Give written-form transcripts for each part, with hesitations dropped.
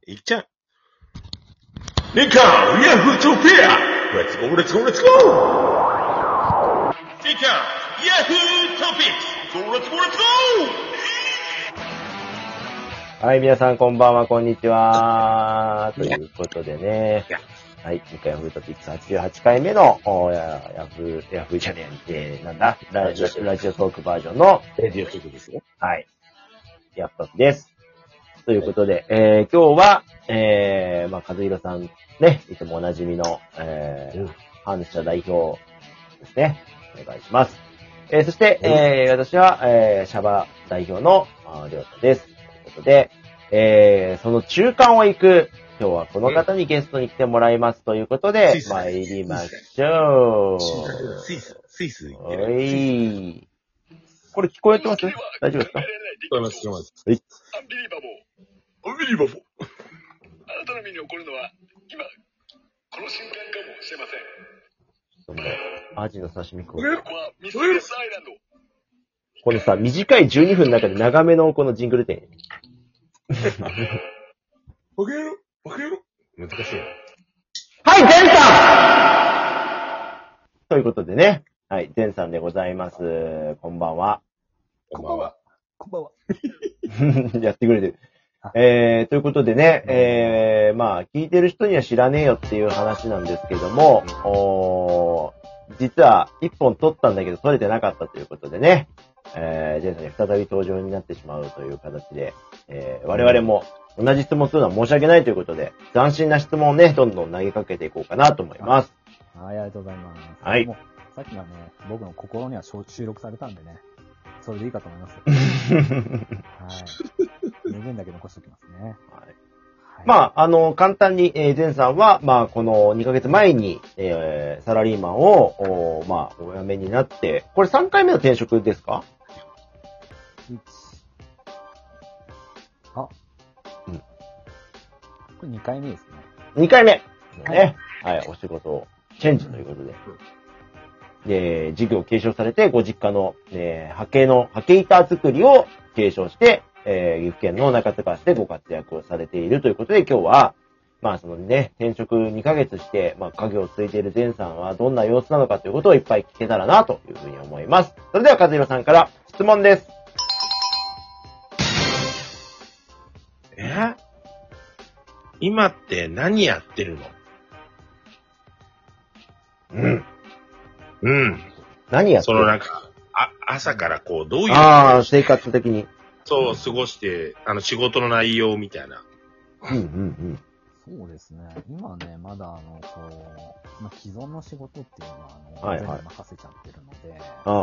いっちゃう。ニカヤフートピア Let's go, let's go, let's go! ニカヤフートピック Go, let's go, let's go! はい、皆さんこんばんは、こんにちは。ということでね、はい、ニカヤフートピックス88回目の、ヤフーじゃねえ、なんだラジオトークバージョンの、 ラジオトークですよ。 はい、ヤフトピです。ということで、今日は、和弘さんね、いつもおなじみの、反社代表ですね。お願いします。そして、私は、シャバ代表の、りょうたです。ということで、その中間を行く、今日はこの方にゲストに来てもらいますということで、参りましょう。 スイス。 おい。これ聞こえてます？大丈夫ですか？ 聞こえます。 はい。 アンビリバボー。 あなたの身に起こるのは、今、この瞬間かもしれません。 その、アジの刺身食う。 ここはミステリアスアイランド。 このさ、短い12分の中で長めのこのジングル店。 バカ野郎難しいな。 はい、ゼンさんということでね。はい、ゼンさんでございます。こんばんは。 こんばんは。 やってくれてる。ということでね、聞いてる人には知らねえよっていう話なんですけども、実は一本撮ったんだけど撮れてなかったということでね、ジェンさんに再び登場になってしまうという形で、我々も同じ質問するのは申し訳ないということで、斬新な質問をね、どんどん投げかけていこうかなと思います。 はい、ありがとうございます。 はい。 もうさっきのね、僕の心には収録されたんでね、それでいいかと思います。はい。名言だけ残しておきますね。 はい。簡単に、ゼンさんは、この2ヶ月前に、サラリーマンを、お辞めになって、これ3回目の転職ですか？ うん。これ2回目ですね。 2回目ね。はい、お仕事をチェンジということで。で、事業を継承されて、ご実家の、波形板作りを継承して、岐阜県の中津川市でご活躍をされているということで、今日は、そのね、転職2ヶ月して、家業を継いでいるゼンさんはどんな様子なのかということをいっぱい聞けたらな、というふうに思います。それでは、和弘さんから質問です。 今って何やってるの？ 何やってるの？ 朝からこう、どういう。 生活的に。 そう、過ごして、仕事の内容みたいな。 そうですね。今ね、まだ既存の仕事っていうのは、全部任せちゃってるので、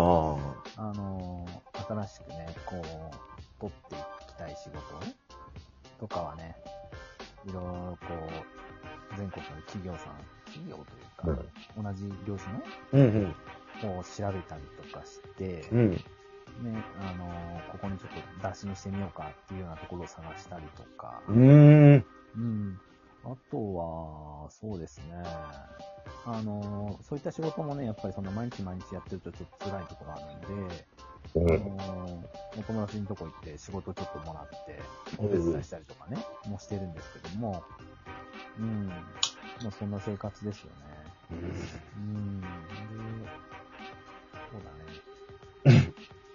新しくね、取っていきたい仕事とかはね、いろいろ全国の企業というか、同じ業種の、を調べたりとかして、ね、ここにちょっと出しにしてみようかっていうようなところを探したりとか、あとは、そうですね、そういった仕事もね、やっぱりその毎日やってるとちょっと辛いところがあるんで、お友達のとこ行って仕事ちょっともらって、お手伝いしたりとかね、もしてるんですけども、そんな生活ですよね。そうだね。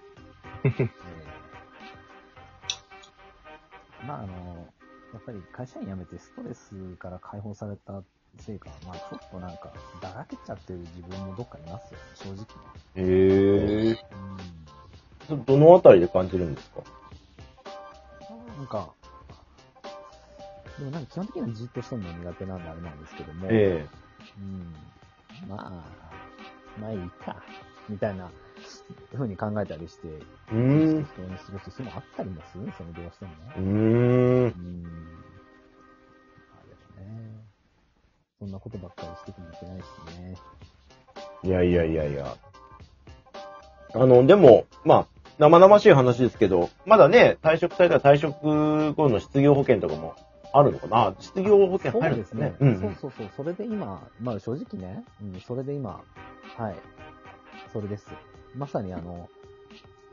やっぱり会社員辞めてストレスから解放されたせいか、ちょっとだらけちゃってる自分もどっかにいますよね、正直ね。 どのあたりで感じるんですか？ でも基本的にはじっとしてるの苦手なんであれなんですけども、いいか、みたいな風に考えたりして、人に過ごす日もあったりもするんですよね、どうしてもね。そんなことばっかりしてもいけないしね。 いや。でも、生々しい話ですけど、まだね、退職されたら退職後の失業保険とかもあるのかな？失業保険入るんですね。 そう。それで今、正直ね、それで今、はい。それです。まさに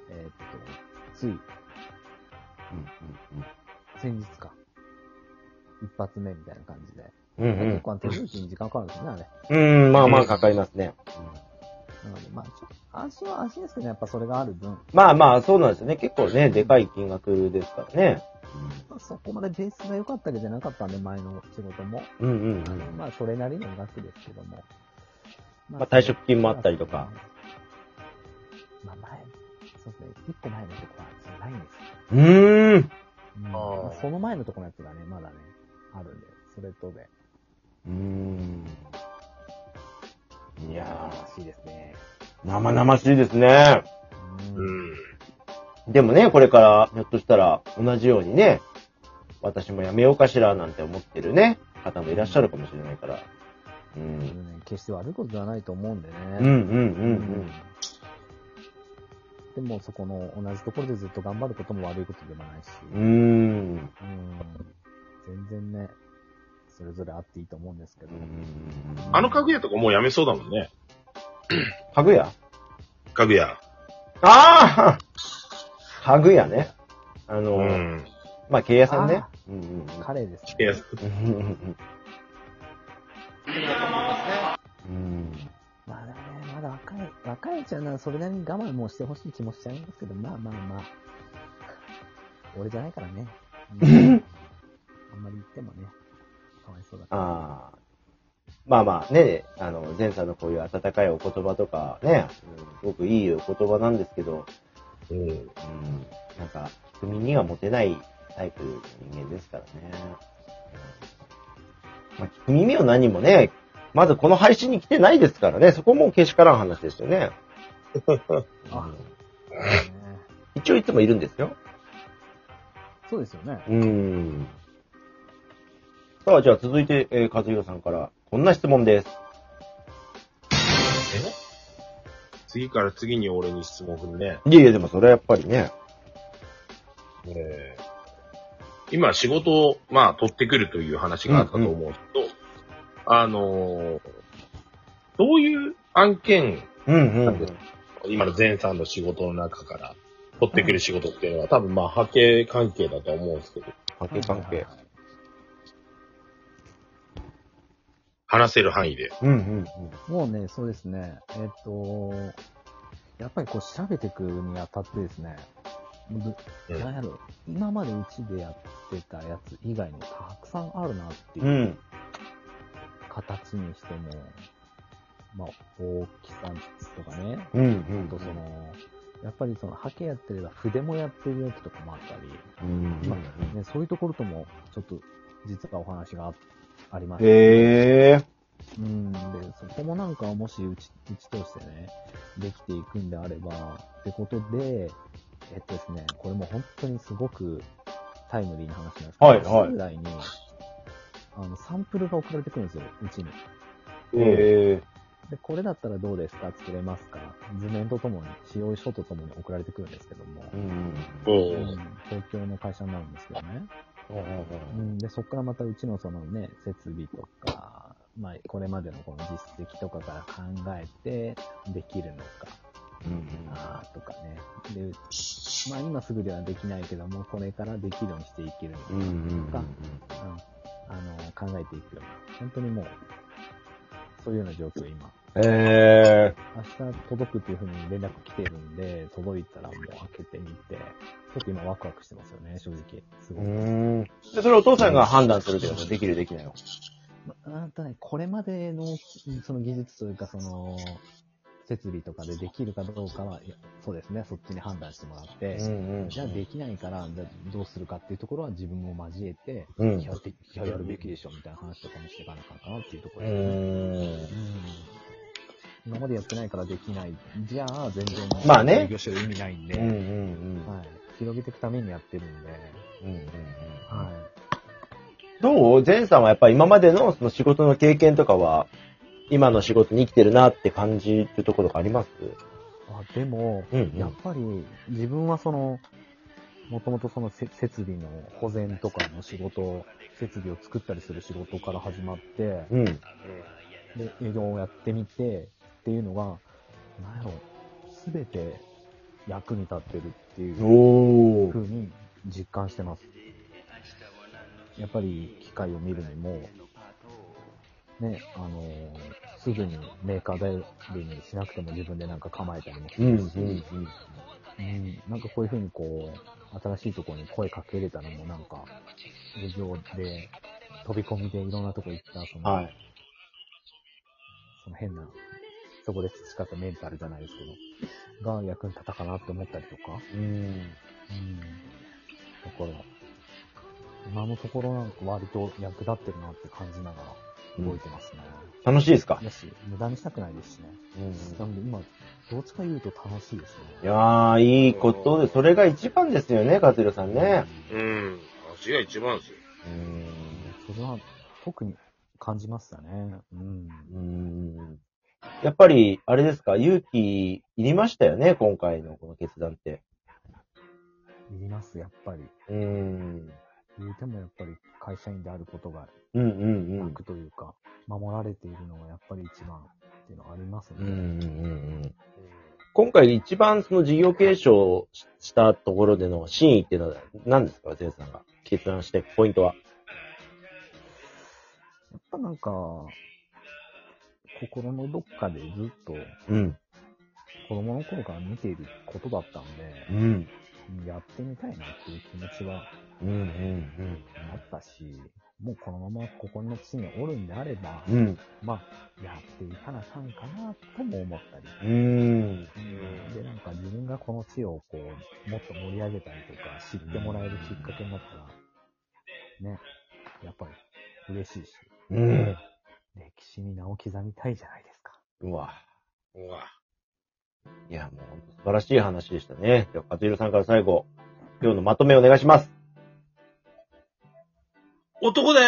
つい、先日か。 一発目みたいな感じで。 うん結構手続きに時間かかるんですよね、あれ。 まあまあかかりますね。 なので、まあ、ちょっと安心は安心ですけどね、やっぱそれがある分。 まあまあ、そうなんですよね。結構ね、でかい金額ですからね。 まあ、そこまでベースが良かったわけじゃなかったんで、前の仕事も。まあ、それなりの額ですけども。 まあ、退職金もあったりとか。 まあ、そうですね、一個前のとこは、そうないんですよ。まあ、その前のとこのやつがね、まだね、あるんで、それとで。 いや生々しいですね。 生々しいですね。でもね、これからひょっとしたら同じようにね、私もやめようかしらなんて思ってるね、方もいらっしゃるかもしれないから。 決して悪いことではないと思うんでね。でもそこの同じところでずっと頑張ることも悪いことでもないし。全然ね、それぞれあっていいと思うんですけど。 あの家具屋とかもうやめそうだもんね。 家具屋？ 家具屋。 ああ家具屋ね。まあ、経営屋さんね。 カレーですね。 経営屋さん。 まあね、まだ若いうちはそれなりに我慢もしてほしい気もしちゃいますけど、まあ。俺じゃないからね。あんまり言ってもね、かわいそうだから。 まあまあね、前さんのこういう温かいお言葉とかね、すごくいいお言葉なんですけど、なんか、国にはモテないタイプの人間ですからね。まあ、聞く耳を何もね、まずこの配信に来てないですからね、そこもけしからん話ですよね。一応いつもいるんですよ。 そうですよね。 さあ、じゃあ続いて、和弘さんからこんな質問です。 次から次に俺に質問するね。 いや、でもそれはやっぱりね。 今仕事を、まあ、取ってくるという話があったと思うんですけど、どういう案件なんですか？今の前さんの仕事の中から取ってくる仕事っていうのは、多分まあ、波形関係だと思うんですけど。 波形関係。 話せる範囲で。 もうね、そうですね。やっぱりこう調べていくにあたってですね、なんやろ、今までうちでやってたやつ以外にもたくさんあるなっていう形にしても、まあ、大きさとかね、あとやっぱりハケやってれば筆もやってるやつとかもあったり、まあね、そういうところともちょっと実はお話がありまして、で、そこもなんかもしうちとしてね、できていくんであれば、ってことで、ですね、これも本当にすごくタイムリーな話なんですけど、将来に、サンプルが送られてくるんですよ、うちに。で、これだったらどうですか？作れますか？図面とともに、使用書とともに送られてくるんですけども、東京の会社になるんですけどね。で、そこからまたうちの設備とか、まあ、これまでのこの実績とかから考えてできるのか、とかね。で、まあ今すぐではできないけども、これからできるようにしていけるのか、考えていくような、本当にもう、そういうような状況今。明日届くっていう風に連絡来てるんで、届いたらもう開けてみて、ちょっと今ワクワクしてますよね、正直。すごい。 で、それお父さんが判断するけど、できるできないの。 これまでの、その技術というか、設備とかでできるかどうかは、そうですね、そっちに判断してもらって、じゃあできないから、どうするかっていうところは自分も交えて、いや、やるべきでしょ、みたいな話とかもしていかなきゃかなっていうところですね。今までやってないからできない。じゃあ、全然、 まあね。 営業してる意味ないんで、広げていくためにやってるんで、 どう？前さんはやっぱり今までのその仕事の経験とかは、今の仕事に生きてるなって感じっていうところがあります？ でも、やっぱり自分はもともと設備の保全とかの仕事、設備を作ったりする仕事から始まって、で、営業をやってみてっていうのが、すべて役に立ってるっていう風に実感してます。 やっぱり機械を見るにも、ね、すぐにメーカー頼りにしなくても自分でなんか構えたりもするし、なんかこういう風にこう、新しいところに声かけれたのもなんか、営業で、飛び込みでいろんなとこ行った、その変な、そこで培ったメンタルじゃないですけど、が役に立ったかなって思ったりとか。だから、今のところなんか割と役立ってるなって感じながら動いてますね。 楽しいですか？ だし、無駄にしたくないですしね。なので今、どっちか言うと楽しいですね。 いやー、いいことで、それが一番ですよね、勝弘さんね。 足が一番ですよ。 それは特に感じましたね。 やっぱり、あれですか、勇気いりましたよね、今回のこの決断って。 いります、やっぱり。言うてもやっぱり会社員であることが楽というか、守られているのがやっぱり一番っていうのはありますね。 今回一番その事業継承したところでの真意っていうのは何ですか、ゼンさんが決断してポイントは。 やっぱなんか、心のどっかでずっと、子供の頃から見ていることだったんで、やってみたいなっていう気持ちはあったし、もうこのままここの地におるんであれば、まあ、やっていかなあかんかなとも思ったり。で、なんか自分がこの地をこう、もっと盛り上げたりとか、知ってもらえるきっかけになったら、ね、やっぱり嬉しいし、歴史に名を刻みたいじゃないですか。 いや、もう素晴らしい話でしたね。では、勝弘さんから最後、今日のまとめお願いします。 男で